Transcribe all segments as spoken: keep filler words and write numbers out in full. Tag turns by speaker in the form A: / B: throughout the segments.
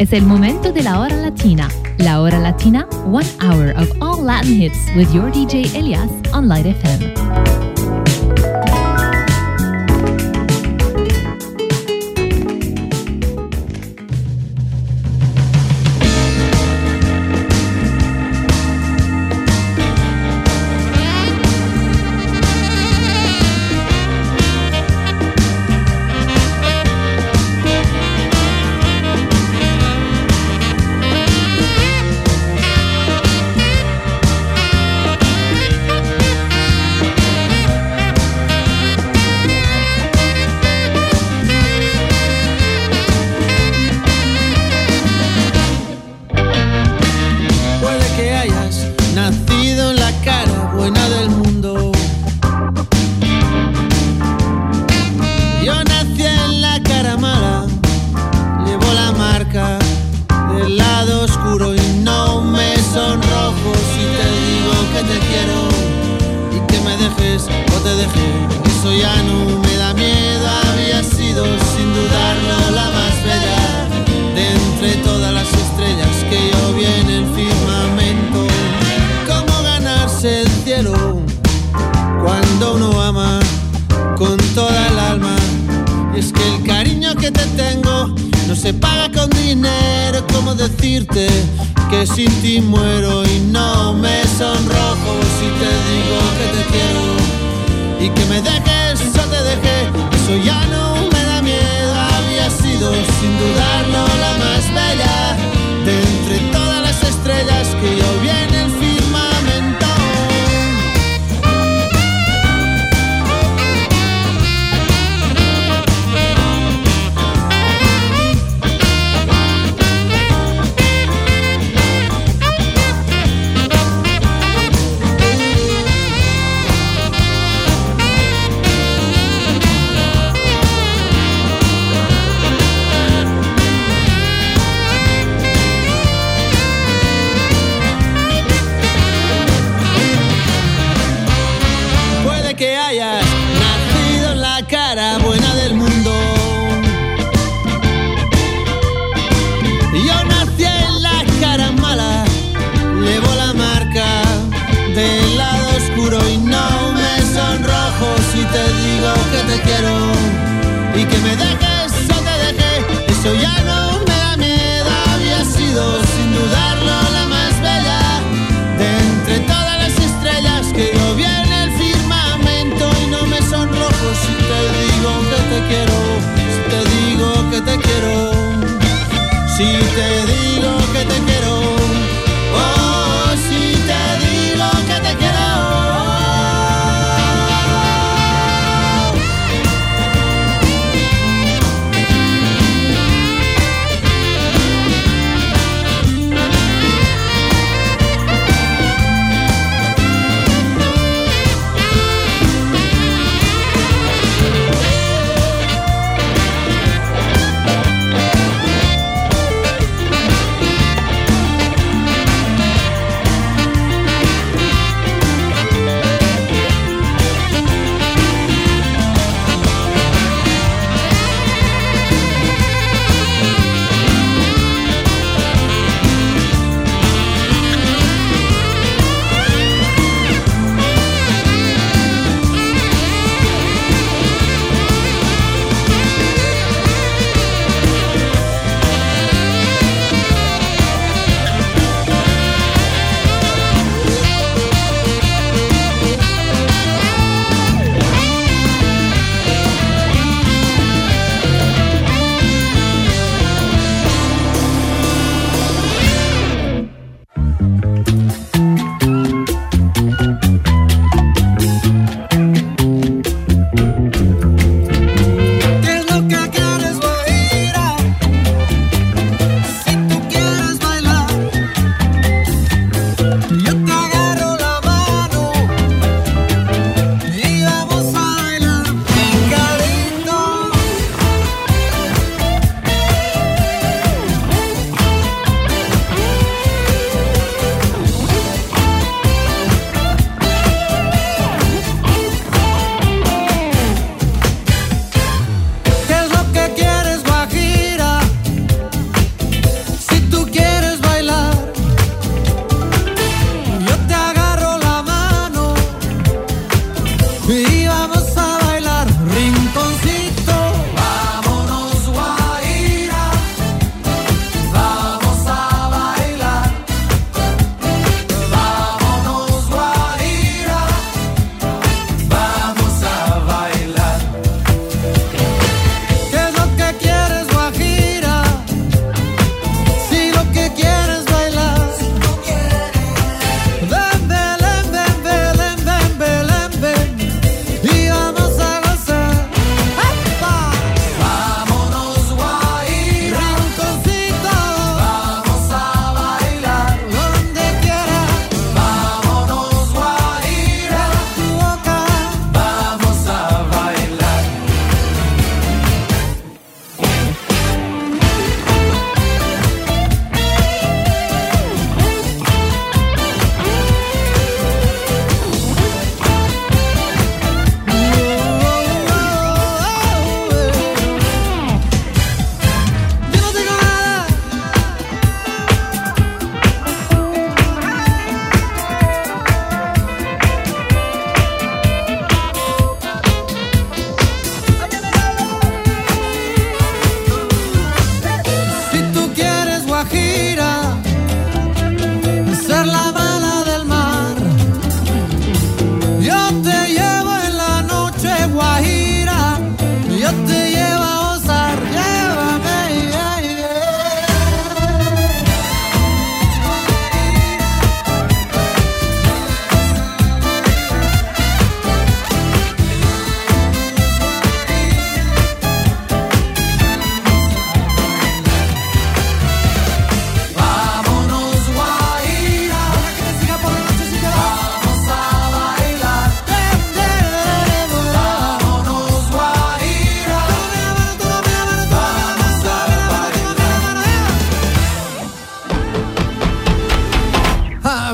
A: Es el momento de la hora latina. La hora latina, one hour of all Latin hits with your D J Elias on Light F M.
B: Que sin ti muero y no me sonrojo si te digo que te quiero y que me dejes o te dejé, eso ya no me da miedo. Había sido sin dudarlo la más bella de entre todas las estrellas que yo vi en el firmamento. Que hayas nacido en la cara buena del mundo. Yo nací en la cara mala, llevo la marca del lado oscuro y no me sonrojo si te digo que te quiero y que me dejes o te dejé, eso ya no me da miedo. Había sido sin dudarlo la más bella de entre todas las estrellas que yo vi en el firmamento y no me sonrojo si te digo que te quiero, si te digo que te quiero, si te digo que te quiero, oh, si te digo que te quiero.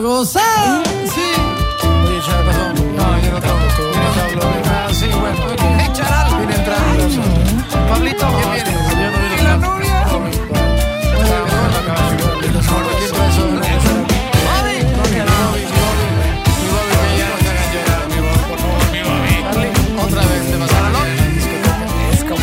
B: gozar. Sí.
C: Oye, Charo, perdón. No, yo no te hablo. Yo no te hablo. Ah, sí, bueno. ¡Eh, Charal! Viene entrando. Pablito, ¿qué viene? Yo no viene. ¿Y la novia? Otra vez te vas a la noche. Es como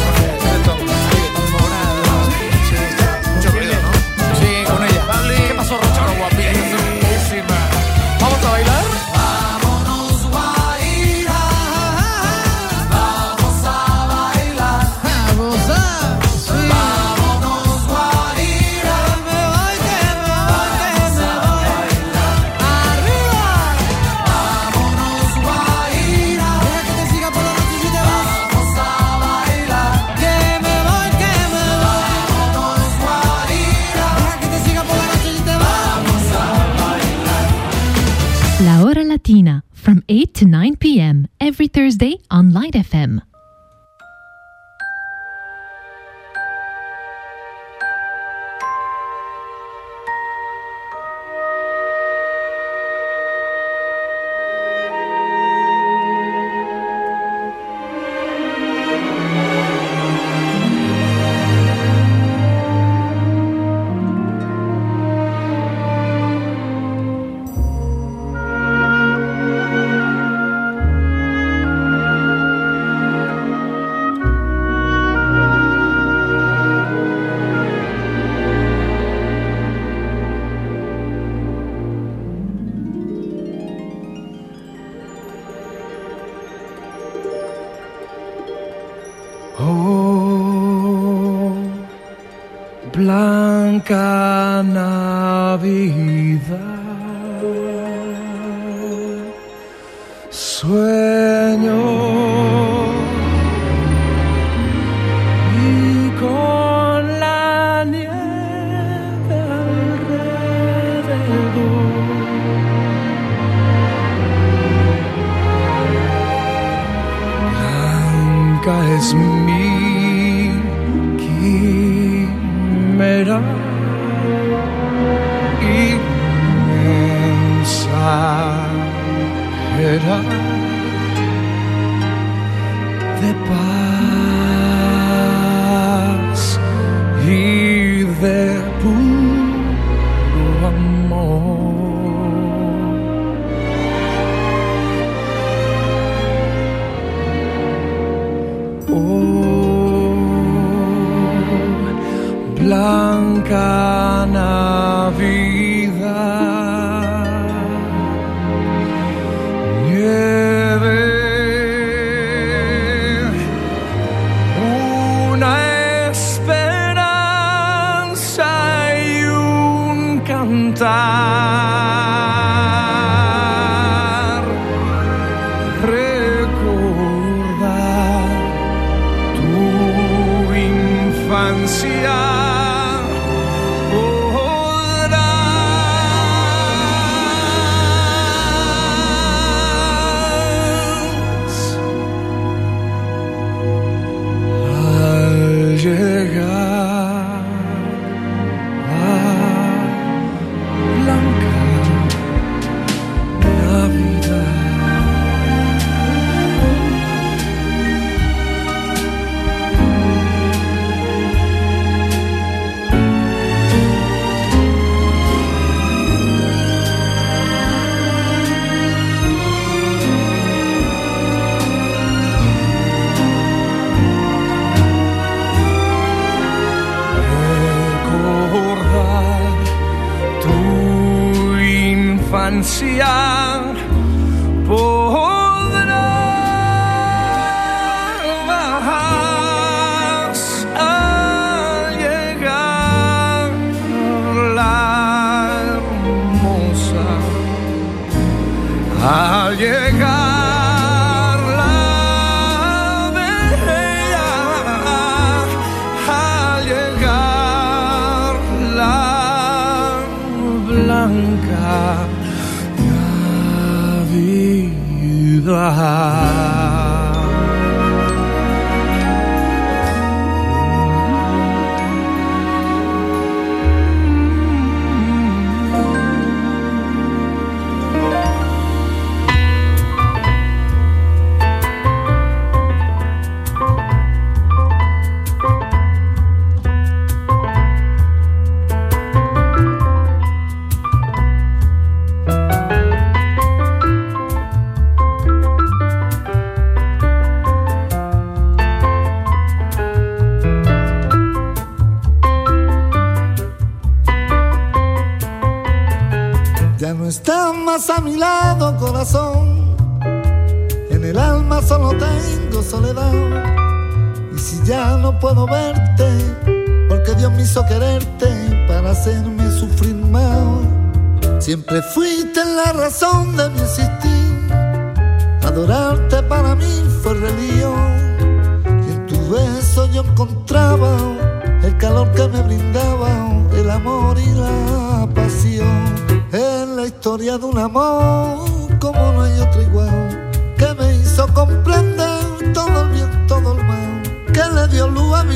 C: mucho frío, ¿no? Sí, con ella. ¿Qué pasó, Rocha? Guapísima. ¿Vamos a bailar?
B: Vámonos, Guaira. Vamos a bailar. A gozar. Sí. Vámonos, Guaira. Me voy, que me voy, que me voy. Arriba. Vámonos, Guaira. Deja que te siga por la noche si te vas. Vamos a bailar. Que me voy, que me voy. Vámonos, Guaira. Deja que te siga por la noche si te vas. Vamos a bailar.
A: La Hora Latina, from eight to nine p.m. every Thursday on Light F M.
C: Oh, blanca Navidad, sueño y con la nieve alrededor. Blanca es mi quimera, mensajera de paz y de puro amor. Oh, blanca Navidad, nieve, una esperanza y un cantar, recordar tu infancia. Podrás al llegar la hermosa, al llegar la bella, al llegar la blanca Navidad.
D: Ya no estás más a mi lado, corazón. En el alma solo tengo soledad. Y si ya no puedo verte, porque Dios me hizo quererte para hacerme sufrir más. Siempre fuiste la razón de mi existir. Adorarte para mí fue religión. Y en tu beso yo encontraba el calor que me brindaba, el amor y la pasión. Es la historia de un amor como no hay otro igual, que me hizo comprender todo el bien, todo el mal, que le dio luz a mi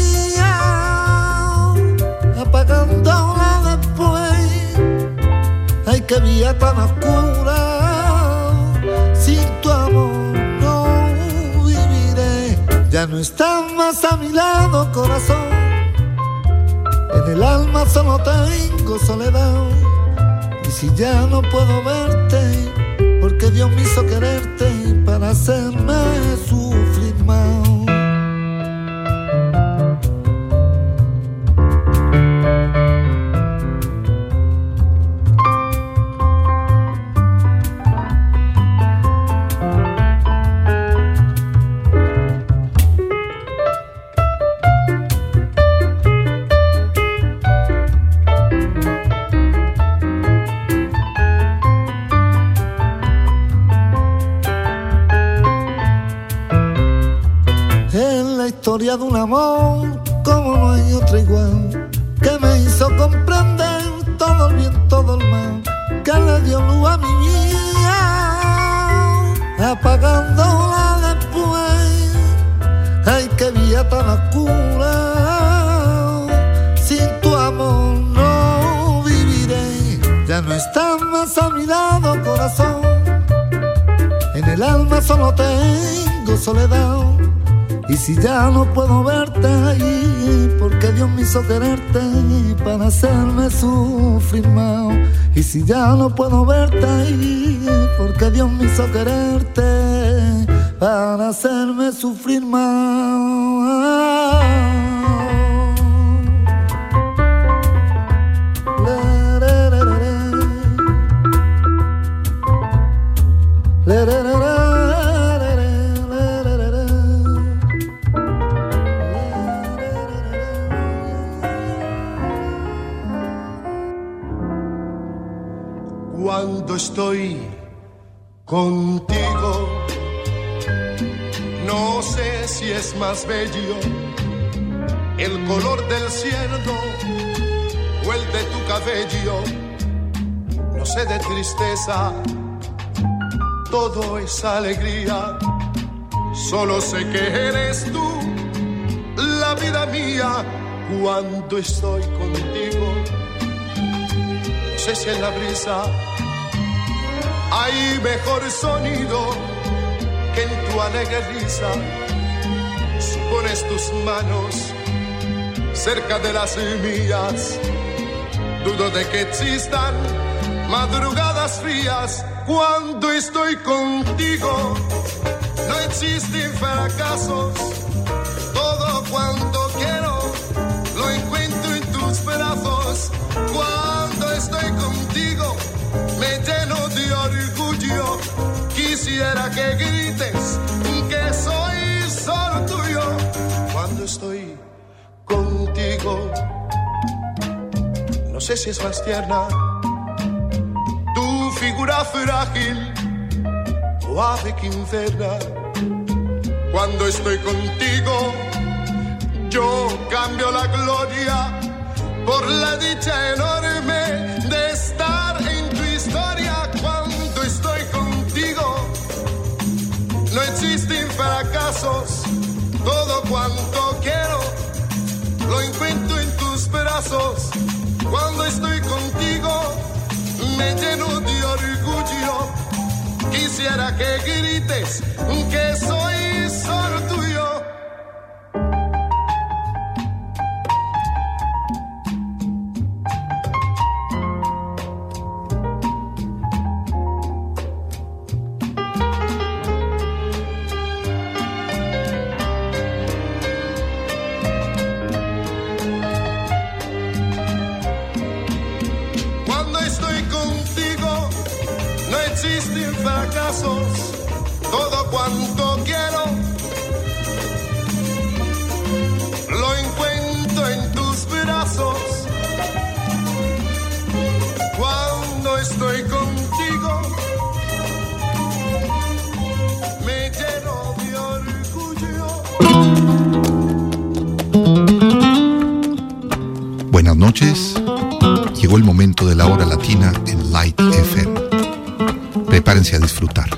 D: vida, apagándola después. Ay, qué vida tan oscura, sin tu amor no viviré. Ya no estás más a mi lado, corazón. En el alma solo tengo soledad. Y si ya no puedo verte, porque Dios me hizo quererte para hacerme sufrir más. Historia de un amor como no hay otra igual, que me hizo comprender todo el bien, todo el mal, que le dio luz a mi vida, apagándola después. Ay, qué vida tan oscura, sin tu amor no viviré. Ya no estás más a mi lado, corazón. En el alma solo tengo soledad. Y si ya no puedo verte ahí, porque Dios me hizo quererte para hacerme sufrir más. Y si ya no puedo verte ahí, porque Dios me hizo quererte para hacerme sufrir más.
E: Cuando estoy contigo, no sé si es más bello el color del cielo o el de tu cabello. No sé de tristeza, todo es alegría. Solo sé que eres tú, la vida mía. Cuando estoy contigo, no sé si en la brisa hay mejor sonido que en tu alegre risa. Si pones tus manos cerca de las mías, dudo de que existan madrugadas frías. Cuando estoy contigo, no existen fracasos. Todo cuanto quiero lo encuentro en tus brazos. Cuando estoy contigo, me lleno de orgullo. Quisiera que grites que soy solo tuyo. Cuando estoy contigo, no sé si es más tierna tu figura frágil o ave quincena. Cuando estoy contigo, yo cambio la gloria por la dicha enorme de estar en tu historia. Cuando estoy contigo, no existen fracasos. Todo cuanto quiero lo encuentro en tus brazos. Cuando estoy contigo, me lleno de orgullo. Quisiera que grites que soy solo tuyo. Cuando estoy contigo, existen fracasos, todo cuanto quiero lo encuentro en tus brazos. Cuando estoy contigo me lleno de orgullo.
F: Buenas noches. Llegó el momento de la hora latina en Light F M. Prepárense a disfrutar.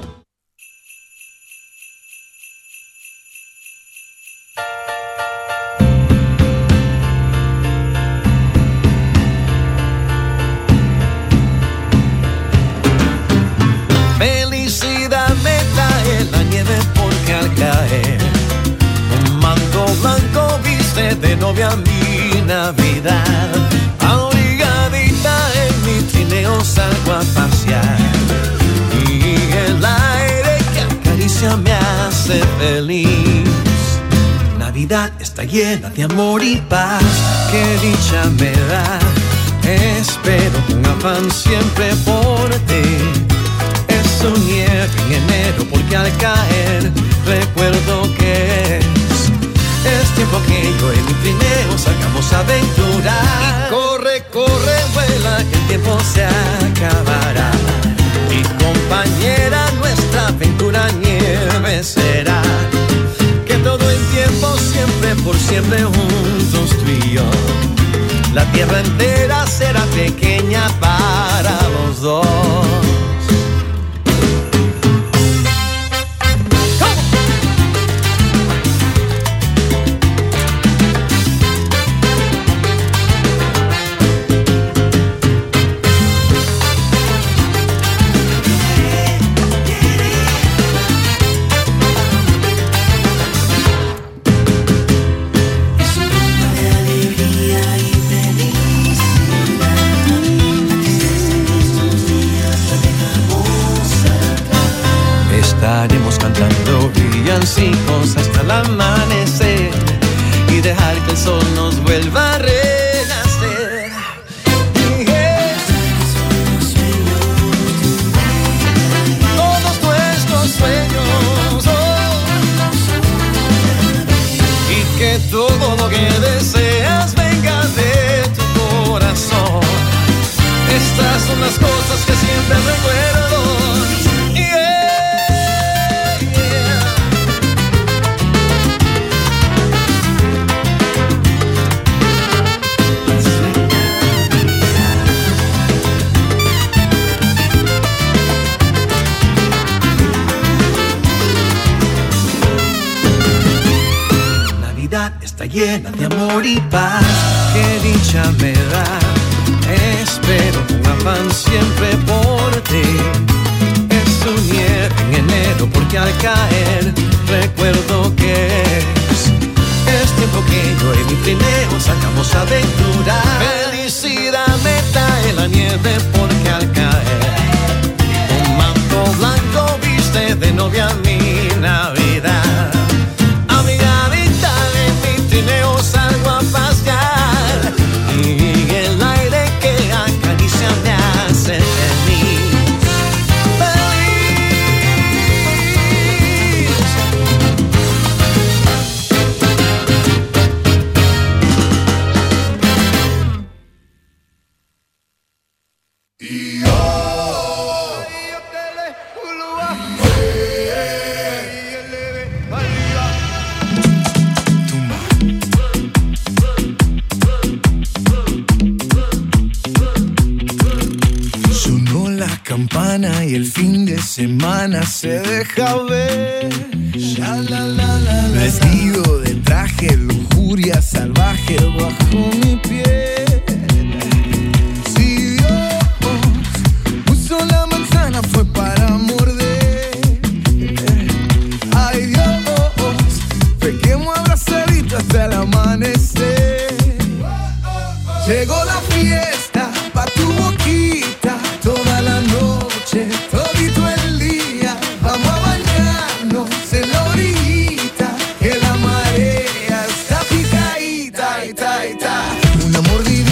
G: Felicidad me trae la nieve porque al caer un manto blanco viste de novia mi Navidad. Abrigadita en mi trineo salgo a pasear y el aire que acaricia me hace feliz. Navidad está llena de amor y paz, qué dicha me da. Espero con afán siempre por ti. Es un nieve en enero porque al caer recuerdo que es Es tiempo que yo en mi trineo salgamos a aventurar. Y corre, corre, vuela, que el tiempo se acabará. Mi compañera, nuestra aventura nieve será. Que todo el tiempo, siempre, por siempre juntos tú y yo. La tierra entera será pequeña para los dos. Estaremos cantando villancicos hasta el amanecer y dejar que el sol nos vuelva a renacer. Yeah. Todos nuestros sueños, oh. Y que todo lo que deseas venga de tu corazón. Estas son las cosas que siempre recuerdo. Yeah. Está llena de amor y paz, qué dicha me da. Espero con afán siempre por ti. Es un nieve en enero porque al caer recuerdo que es Es tiempo que yo en mi trineo salgamos a aventurar. Felicidad me trae la nieve porque al caer un manto blanco viste de novia mi Navidad. Salgo a pasear y el aire que acaricia me hace feliz.
H: Y el fin de semana se deja ver. Vestido de traje, lujuria salvaje bajo mi piel. Si Dios puso la manzana fue para morder. Ay Dios, pequemos abrazaditos hasta el amanecer. Llegó la fiesta pa' tu boquita toda la noche. Todito el día, vamos a bañarnos en la orillita, que la marea está picadita, y ta, y ta. Una mordida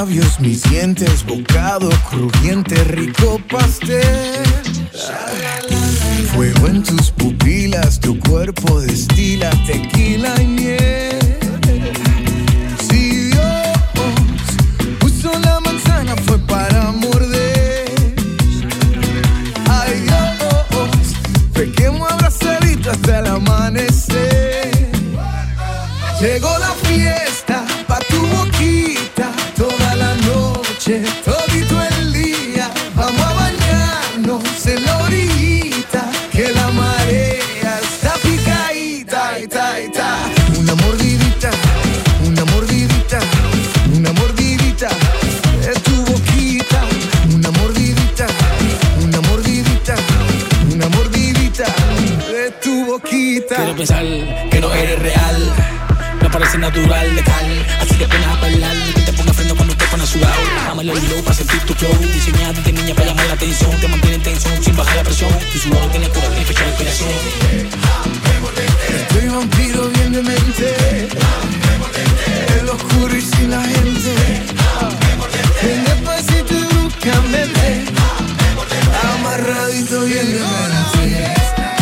H: labios, mis dientes, bocado crujiente, rico pastel. Fuego en tus pupilas, tu cuerpo destila tequila y miel. Si Dios puso la manzana fue para morder. Ay Dios, pequemos abrazaditos hasta el amanecer. Llegó la fiesta pa' tu boquita, toda la noche, todito el día. Vamos a bañarnos en la orillita, que la marea está picadita, ita, ita. Una mordidita, una mordidita, una mordidita de tu boquita. Una mordidita, una mordidita, una mordidita de tu boquita.
I: Quiero pensar que no eres real, me parece natural de cal, así que pones a bailar y que te ponga freno cuando te pones sudado. Dame el hilo para sentir tu flow, diseñado de niña para llamar la atención, te mantiene en tensión sin bajar la presión, tu sudor tiene cura y fecha de inspiración.
H: Estoy vampiro bien de mente, en lo oscuro y sin la gente. En despacito y bruscamente, amarradito bien de mente.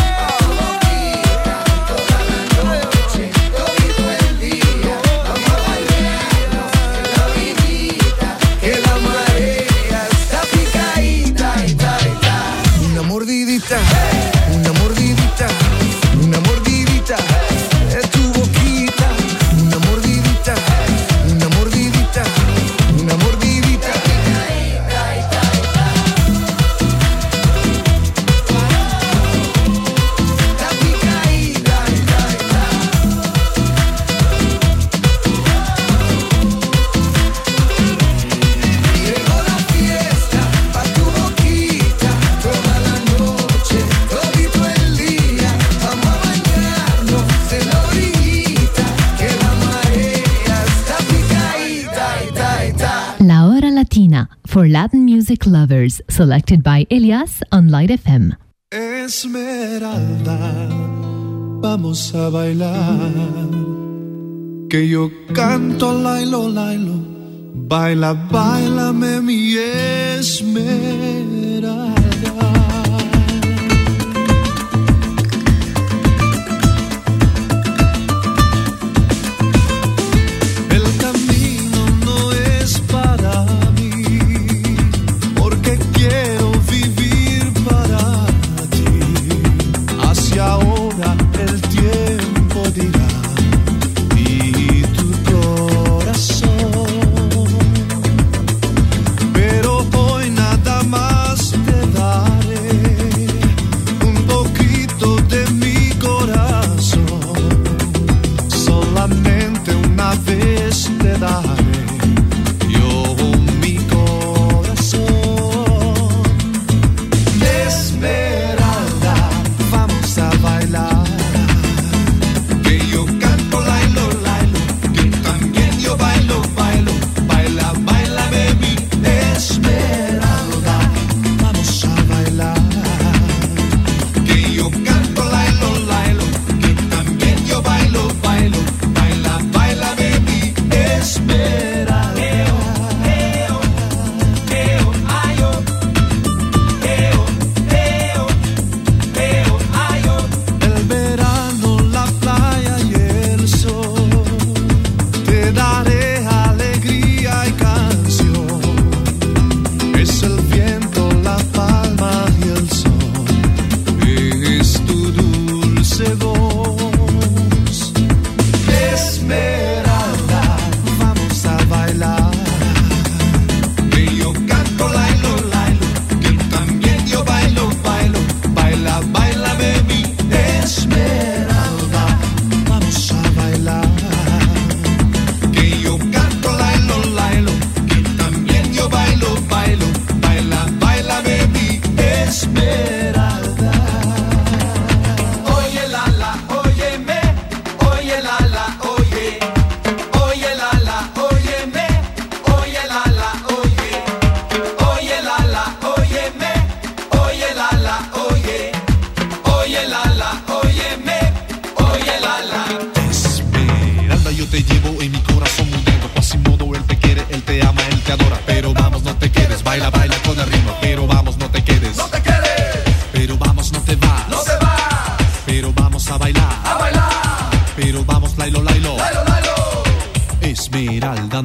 H: Una mordidita, una mordidita de tu boquita. Una mordidita, una mordidita, una mordidita. Llegó la fiesta pa' tu boquita, toda la noche, todito el día. Vamos a bañarnos en la orillita, que la marea está picadita, ita, ita.
A: La Hora Latina, for Latin music lovers, selected by Elias on Light F M.
H: Esmeralda, vamos a bailar, que yo canto lailo, lailo, baila, bailame mi esmeralda. El camino no es para mí, porque quiero vivir para ti. Hacia ahora el tiempo dirá, y tu corazón. Pero hoy nada más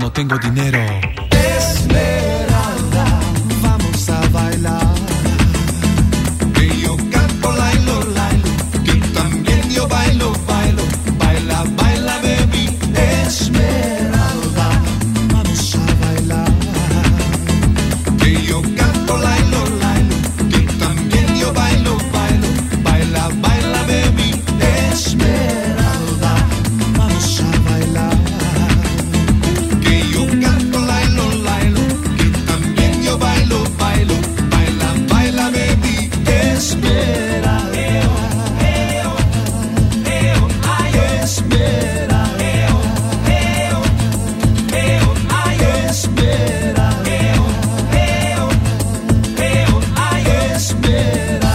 J: no tengo dinero.
H: Esmeralda, vamos a bailar. Que yo canto lailo, lailo, que también yo bailo, bailo. Baila, baila, baby. Esmeralda, vamos a bailar. Que yo canto lailo, lailo, que también yo bailo, bailo. Baila, baila, baby. Esmeralda, vamos a bailar. Que yo canto lailo, lailo, que también yo bailo, bailo. Baila, baila, baby. Esmeralda, eo, eo, ay, Esmeralda, eo, eo, eo, ay, Esmeralda, eo, eo, eo, ay, Esmeralda.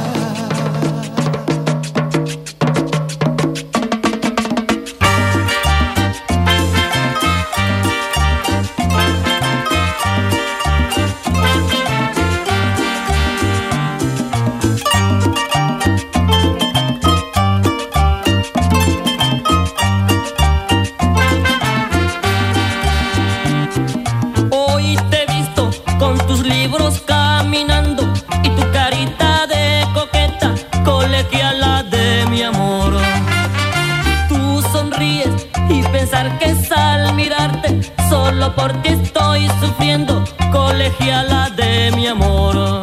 K: Hoy te he visto con tus libros caminando y tu carita de coqueta, colegiala de mi amor. Tú sonríes y pensar que es al mirarte, solo por ti estoy sufriendo, colegiala de mi amor.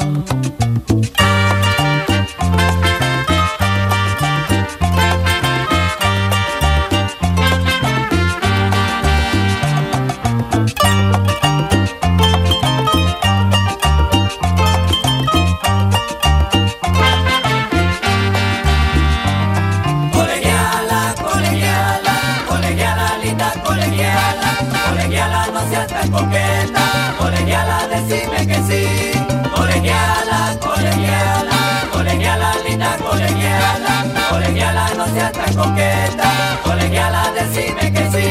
H: Colegiala, colegiala, colegiala, linda colegiala, colegiala, no seas tan coqueta, colegiala, decime que sí. Colegiala, colegiala, colegiala, linda colegiala, colegiala, no seas tan coqueta, colegiala, decime que sí.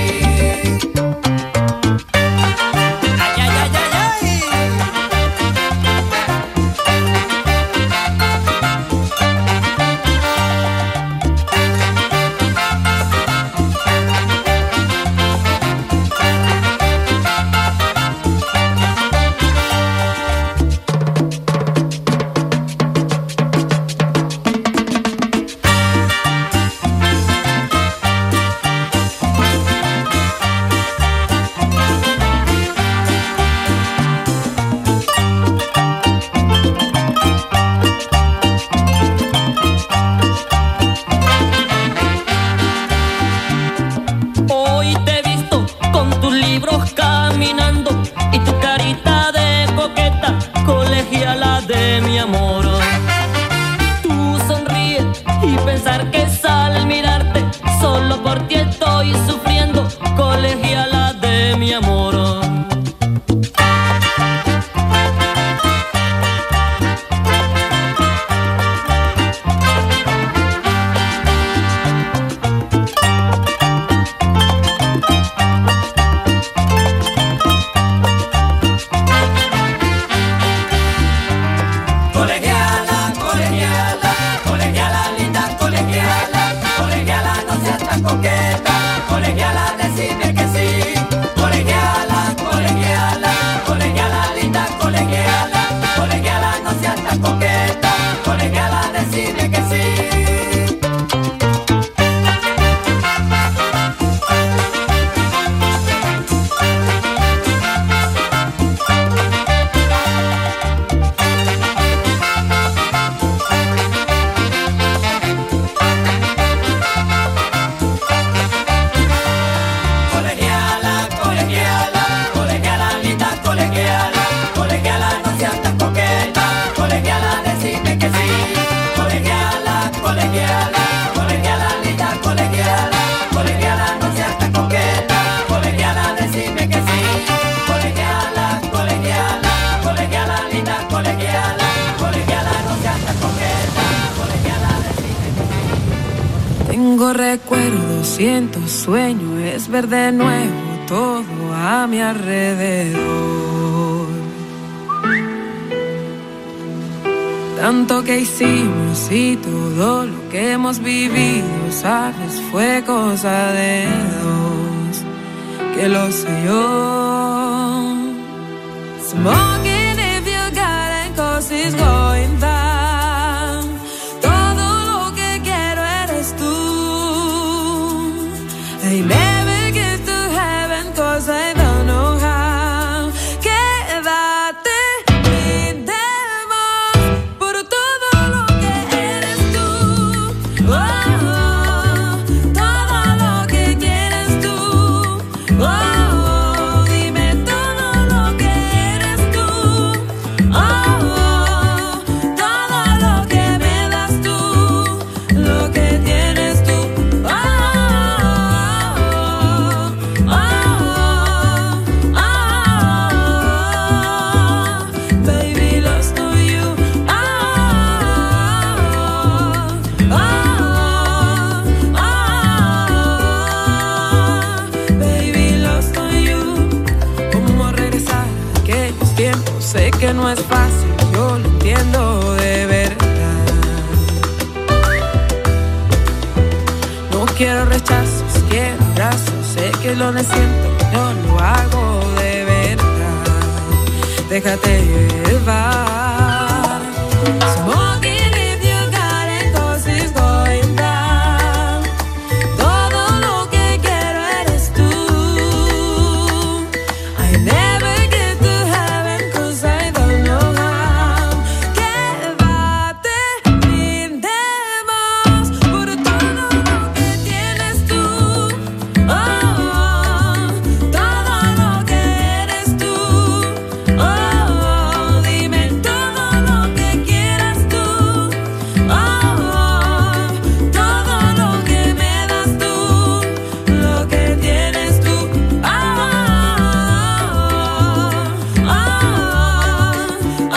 H: Ay, ay, ay, ay, ay.
K: Hoy te he visto con tus libros caminando y tu carita de coqueta, colegiala de mi amor. Tú sonríes y pensar que es al mirarte, solo por ti estoy sufriendo, colegiala de mi amor.
H: Colegiala, colegiala, colegiala, linda colegiala, colegiala, no seas tan coqueta, colegiala, decime que sí. Colegiala, colegiala, colegiala, linda colegiala, colegiala, no seas tan coqueta, colegiala, decime que sí. Colegiala, colegiala, colegiala, linda colegiala, colegiala, no seas tan coqueta, colegiala, decime que sí. Colegiala, colegiala, colegiala, linda colegiala, colegiala, no seas tan coqueta, colegiala, decime que sí. Colegiala, colegiala, colegiala, linda colegiala, colegiala, no seas tan coqueta, colegiala, decime que sí.
L: Tengo recuerdos, siento sueño, es ver de nuevo todo a mi alrededor. Tanto que hicimos y todo lo que hemos vivido, sabes, fue cosa de dos. que lo sé yo. Smoking if you got it, 'cause it's going down. Todo lo que quiero eres tú. I never get to heaven 'cause I don't know how. Quédate sin demás por todo lo que eres tú. Oh, oh, todo lo que quieres tú. Oh, oh, dime todo lo que eres tú. Oh, oh, todo lo que me das tú, lo que tienes tú. Oh, oh, oh, oh, oh, baby, lost to you. Oh, oh, oh, baby, lost to you. ¿Cómo regresar a aquellos tiempos? Sé que no es fácil, yo lo entiendo de verdad. No quiero rechazos, quiero abrazos. Sé que lo necesito, yo lo hago de verdad. Déjate llevar. Smoking if you got it, 'cause it's going down. Todo lo que quiero eres tú. I never get to heaven 'cause I don't know how. Quédate sin demás por todo lo que tienes tú. Oh, oh, todo lo que eres tú. Oh, oh, dime todo lo que quieras tú. Oh, oh, todo lo que me das tú, lo que tienes tú. Oh, oh, oh,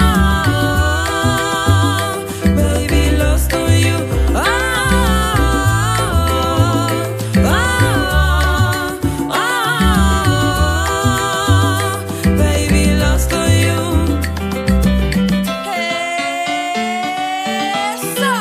L: oh, baby, lost to you. Oh, oh, oh, baby, lost to you. Eso.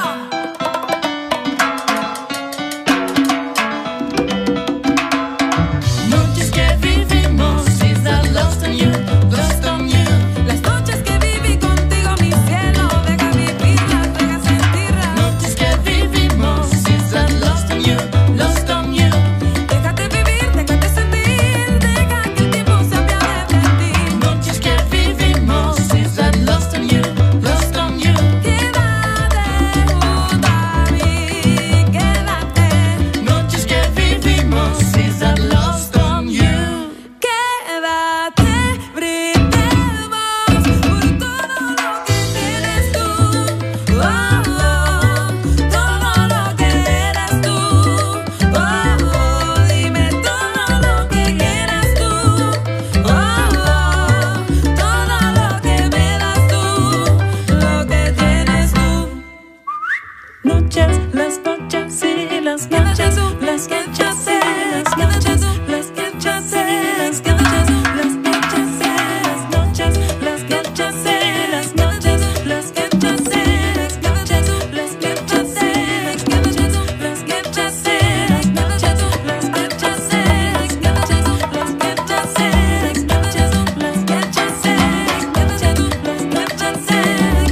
K: Noches que vivimos is that lost on you, lost on you.
L: Las noches que viví contigo, mi cielo, deja vivirlas, deja sentirlas.
K: Noches que vivimos is that lost on you, lost on you.
L: Déjate vivir, déjate sentir, deja que el tiempo se apiade de ti.
K: Noches que vivimos is that lost on you, lost on you.
L: Quédate junto a mí, quédate.
K: Noches que vivimos is that lost on you.
L: Quédate, brindemos por todo lo que tienes tú. Oh, oh, todo lo que eres tú. Oh, oh, dime todo lo que quieras tú. Oh, oh, todo lo que me das tú, lo que tienes tú.
K: Noches, las noches y las noches, las noches y las noches, las noches y las noches, las noches y las noches, las noches y las noches, las noches y las noches, las noches y las noches, las noches y las noches, las noches y las noches, las noches y las noches, las noches y las noches, las noches y las noches, las noches y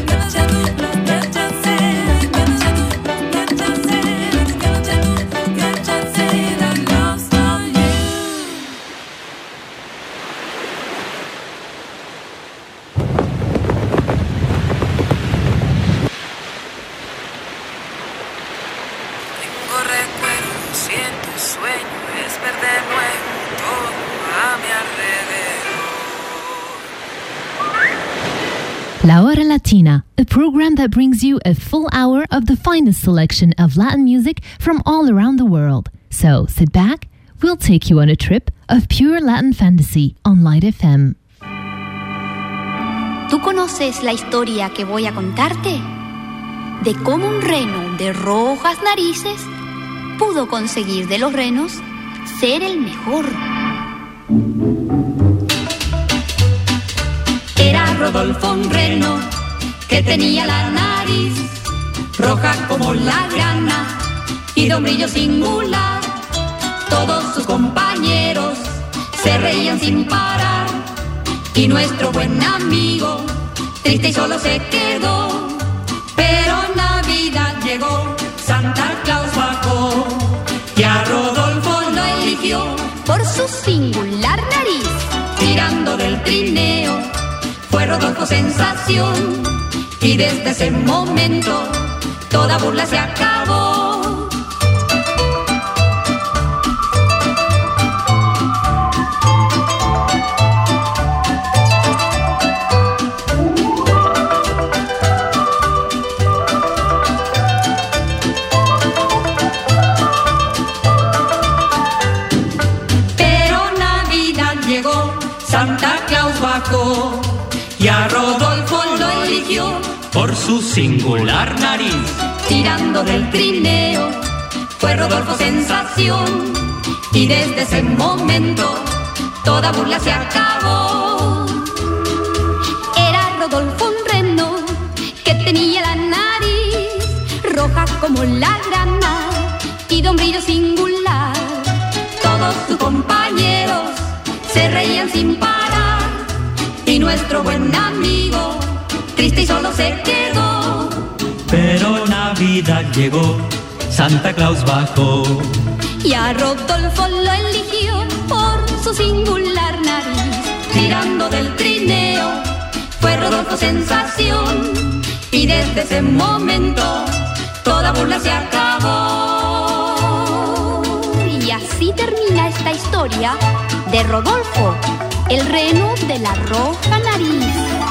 L: Tengo recuerdos, siento sueño, es ver de nuevo todo a mi alrededor.
A: La Hora Latina, a program that brings you a full hour of the finest selection of Latin music from all around the world. So sit back, we'll take you on a trip of pure Latin fantasy on Light F M.
J: ¿Tú conoces la historia que voy a contarte? De cómo un reno de rojas narices pudo conseguir de los renos ser el mejor. Era Rodolfo un reno que tenía la nariz roja como la grana y de un brillo singular. Todos sus compañeros se reían sin parar. Y nuestro buen amigo, triste y solo se quedó. Pero Navidad llegó, Santa Claus bajó, y a Rodolfo lo eligió por su singular nariz. Tirando del trineo, fue Rodolfo sensación, y desde ese momento toda burla se acabó. Santa Claus bajó y a Rodolfo lo eligió
M: por su singular nariz.
J: Tirando del trineo, fue Rodolfo sensación, y desde ese momento toda burla se acabó. Era Rodolfo un reno que tenía la nariz roja como la grana y de un brillo singular. Todos sus compañeros se reían sin parar, y nuestro buen amigo triste y solo se quedó.
M: Pero Navidad llegó, Santa Claus bajó,
J: y a Rodolfo lo eligió por su singular nariz. Tirando del trineo, fue Rodolfo sensación, y desde ese momento toda burla se acabó. Y así termina esta historia de Rodolfo, el reno de la roja nariz.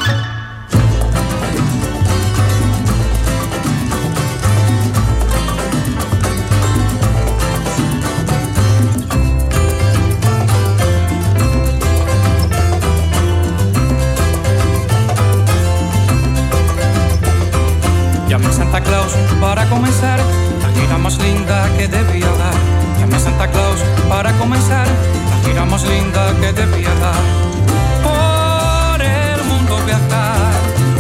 N: Llamé a Santa Claus para comenzar la gira más linda que debía dar. Llamé a Santa Claus para comenzar la gira más linda que debía dar. Por el mundo viajar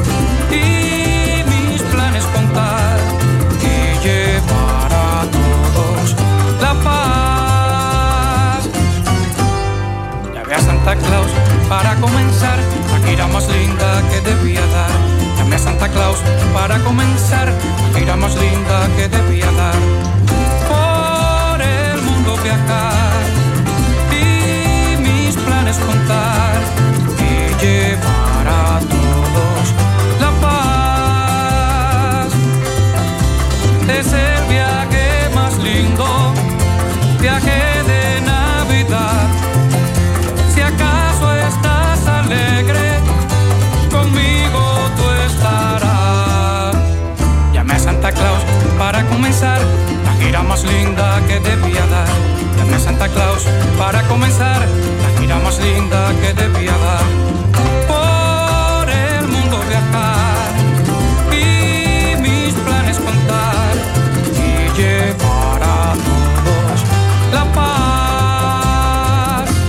N: y mis planes contar y llevar a todos la paz. Llamé a Santa Claus para comenzar la gira más linda que debía dar. Llamé a Santa Claus para comenzar la gira más linda que debía dar. Por el mundo viajar y mis planes contar y llevar a todos la paz. Es el viaje más lindo, viaje de Navidad. Si acaso estás alegre, conmigo tú estarás. Llamé a Santa Claus para comenzar la gira más linda que debía dar. Llamé a Santa Claus para comenzar la gira más linda que debía dar. Por el mundo viajar y mis planes contar y llevar a todos la paz.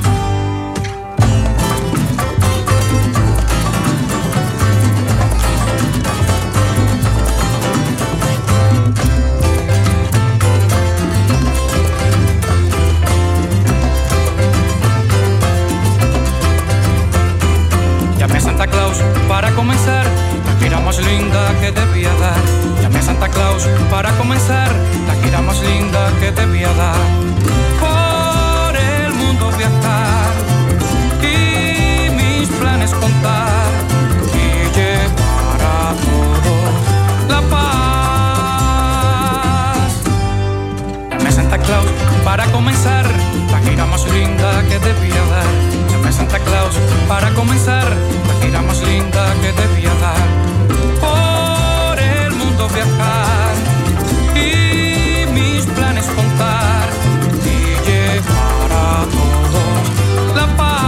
N: Llamé a Santa Claus para comenzar la gira más linda que debía dar. Llamé a Santa Claus para comenzar la gira más linda que debía dar. Por el mundo viajar y mis planes contar y llevar a todos la paz. Llamé a Santa Claus para comenzar la gira más linda que debía dar. Llamé a Santa Claus para comenzar la gira más linda que debía dar. Por el mundo viajar y mis planes contar y llevar a todos la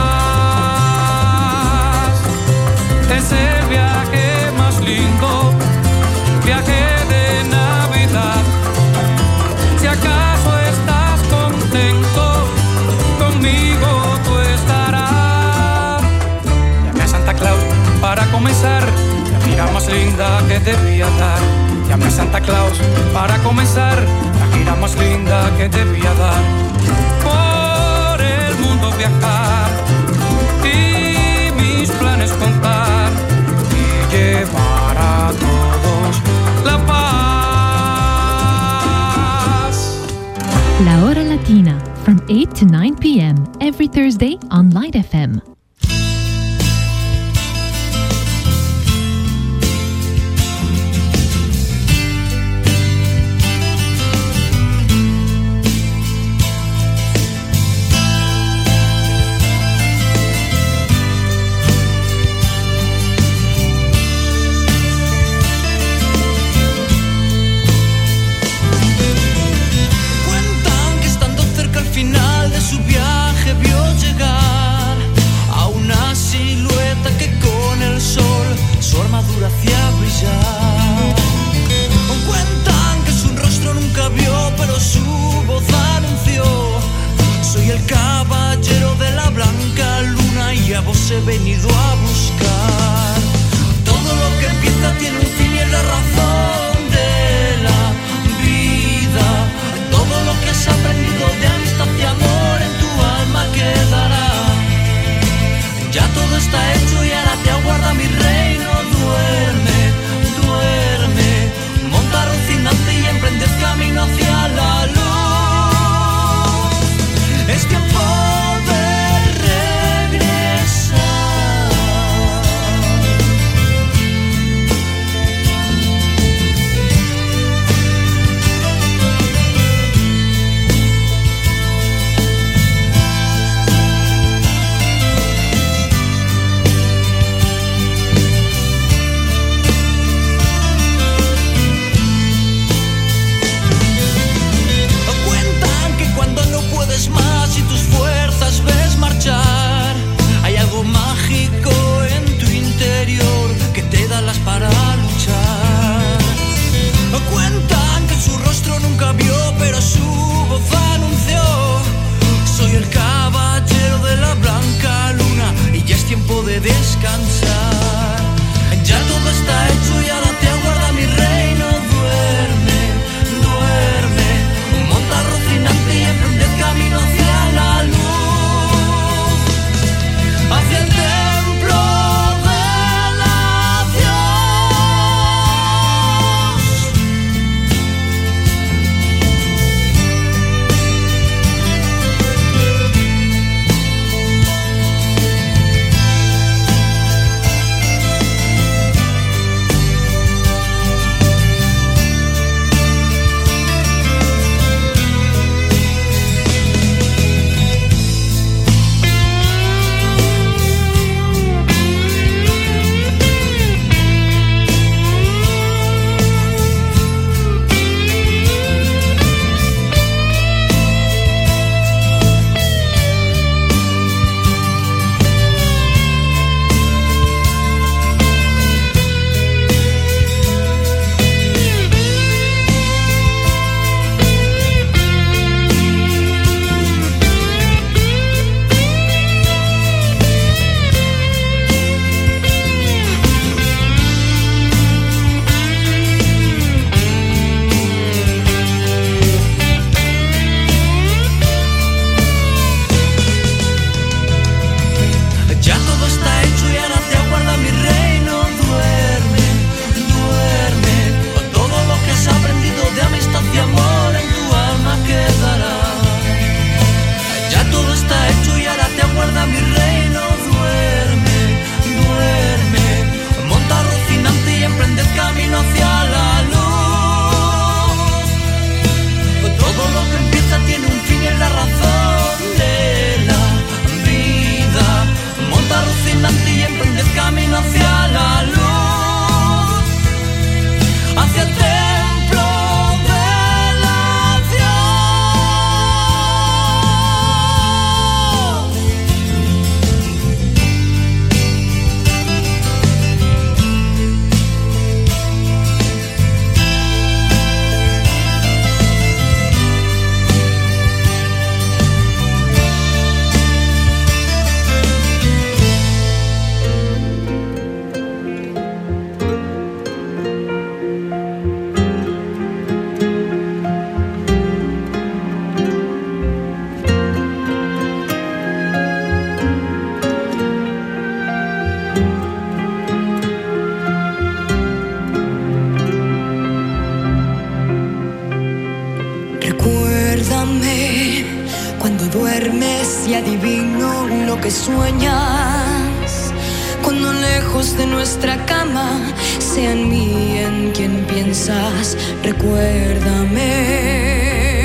N: paz. Es el viaje más lindo, viaje de Navidad. Si acaso estás contento, conmigo tú estarás. Llamé a Santa Claus para comenzar la gira más linda que debía dar. Llamé a Santa Claus para comenzar la gira más linda que debía dar. Por el mundo mundo viajar y mis planes contar y llevar a todos la paz.
A: La Hora Latina, from eight to nine p.m. every Thursday on Light F M.
O: Cuentan que estando cerca al final de su viaje vio llegar duermes y adivino lo que sueñas. Cuando lejos de nuestra cama sea en mí en quien piensas, recuérdame.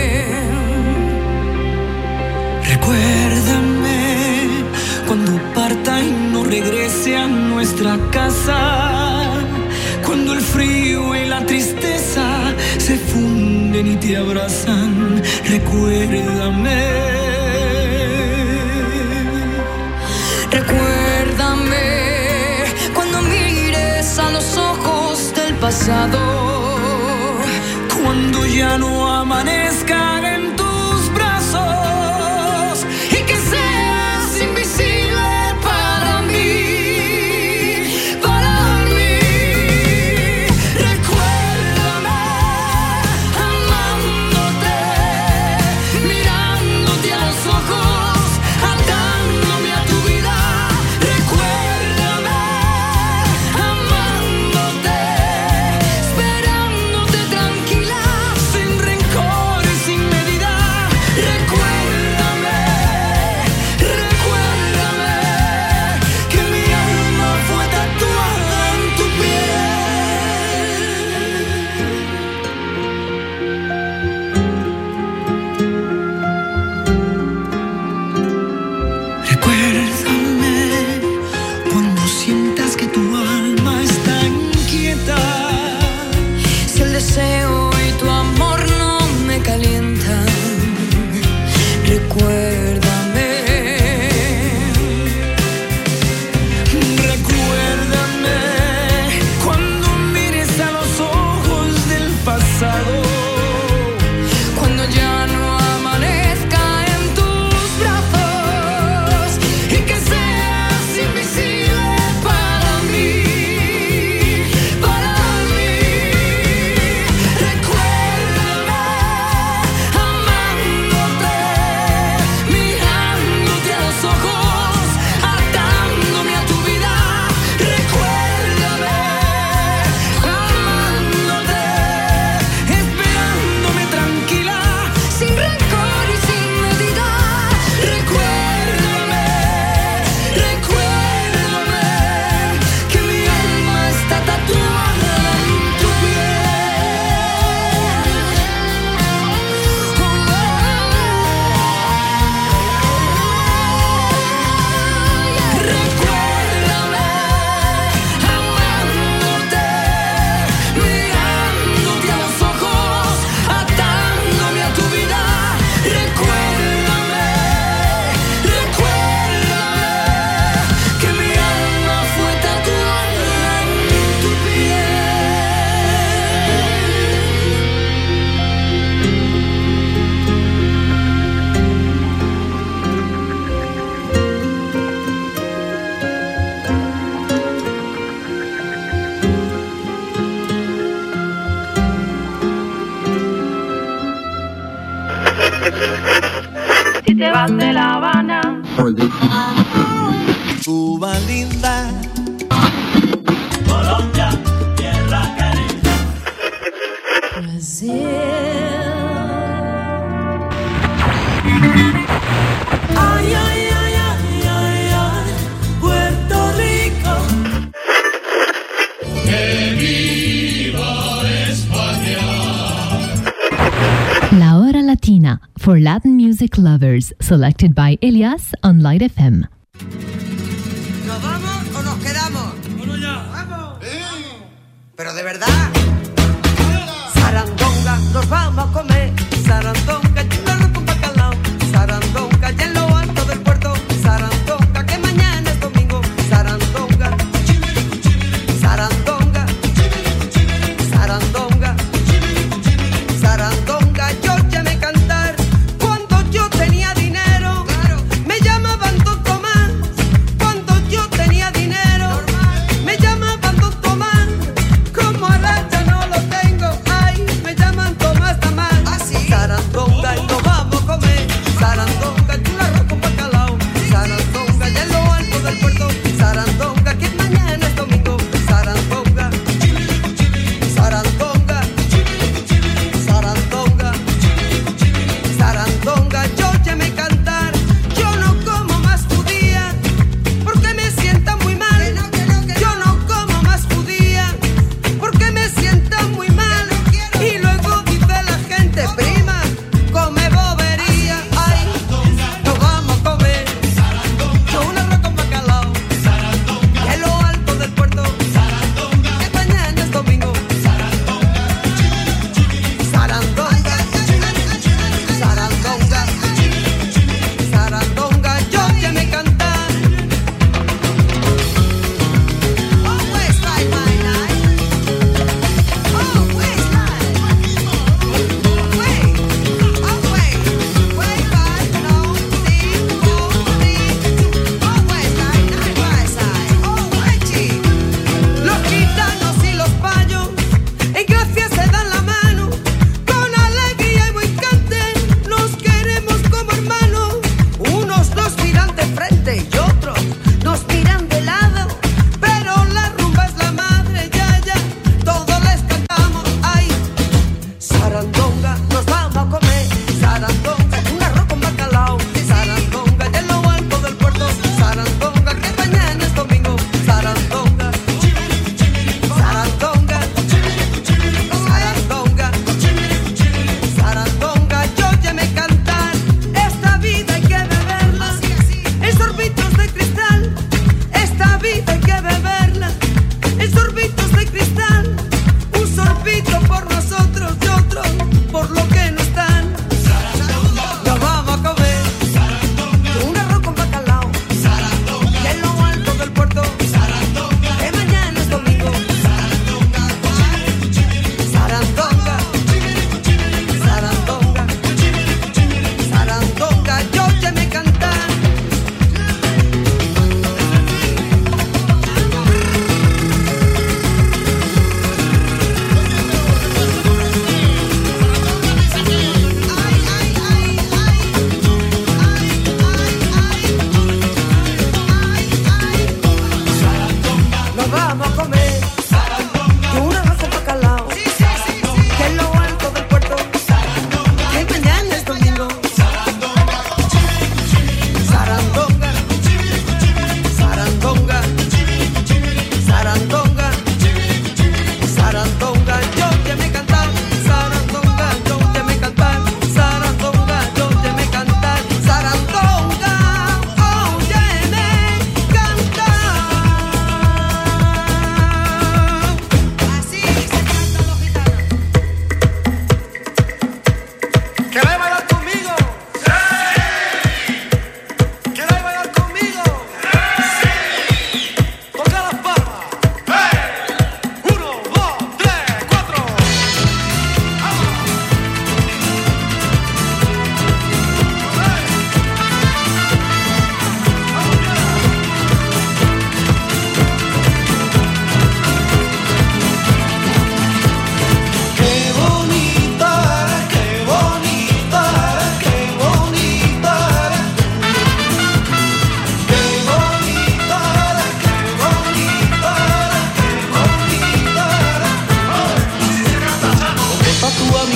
O: Recuérdame cuando parta y no regrese a nuestra casa. Cuando el frío y la tristeza se funden y te abrazan, recuérdame. Recuérdame cuando mires a los ojos del pasado. Cuando ya no amanezcan en tus brazos y que seas invisible para mí.
P: Si te vas de La Habana,
B: Cuba linda,
P: Colombia, tierra querida, Brasil. Ay, ay, ay, ay, ay, ay, Puerto Rico.
H: ¡Que viva España!
A: La Hora Latina, for Latin music lovers, selected by Elias on Light F M.
Q: ¿Nos vamos o nos quedamos?
C: ¡Vámonos ya!
Q: ¡Vamos! Pero de verdad. Sarandonga, nos vamos a comer. Sarandonga, chingalo con bacalao. Sarandonga, ya en lo alto del puerto. Sarandonga, que mañana es domingo. Sarandonga, Sarandonga, Sarandonga, Sarandonga, yo ya me cantar. Cuando yo tenía dinero, me llamaban Don Tomás. Cuando yo tenía dinero, me llamaban Don Tomás. Como a la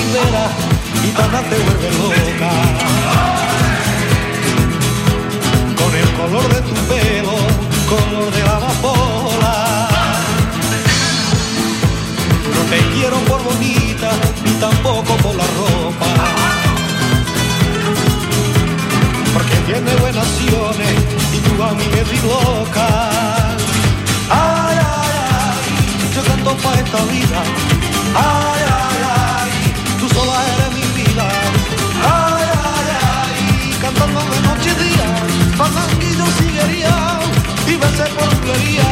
R: libera y nada te vuelve loca. Con el color de tu pelo, color de la amapola. No te quiero por bonita, ni tampoco por la ropa. Porque tiene buenas acciones y tú a mí me vi loca. Ay, ay, ay, yo canto pa' esta vida. Ay, ay, ay, tú sola eres mi vida. Ay, ay, ay, cantando de noche y día. Pasanguillo siguería y besé por chulería.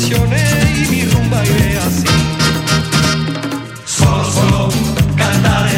H: Solo, solo, cantaré.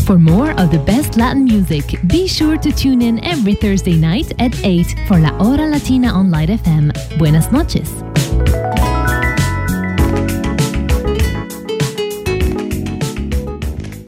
A: For more of the best Latin music, be sure to tune in every Thursday night at eight for La Hora Latina on Light F M. Buenas noches.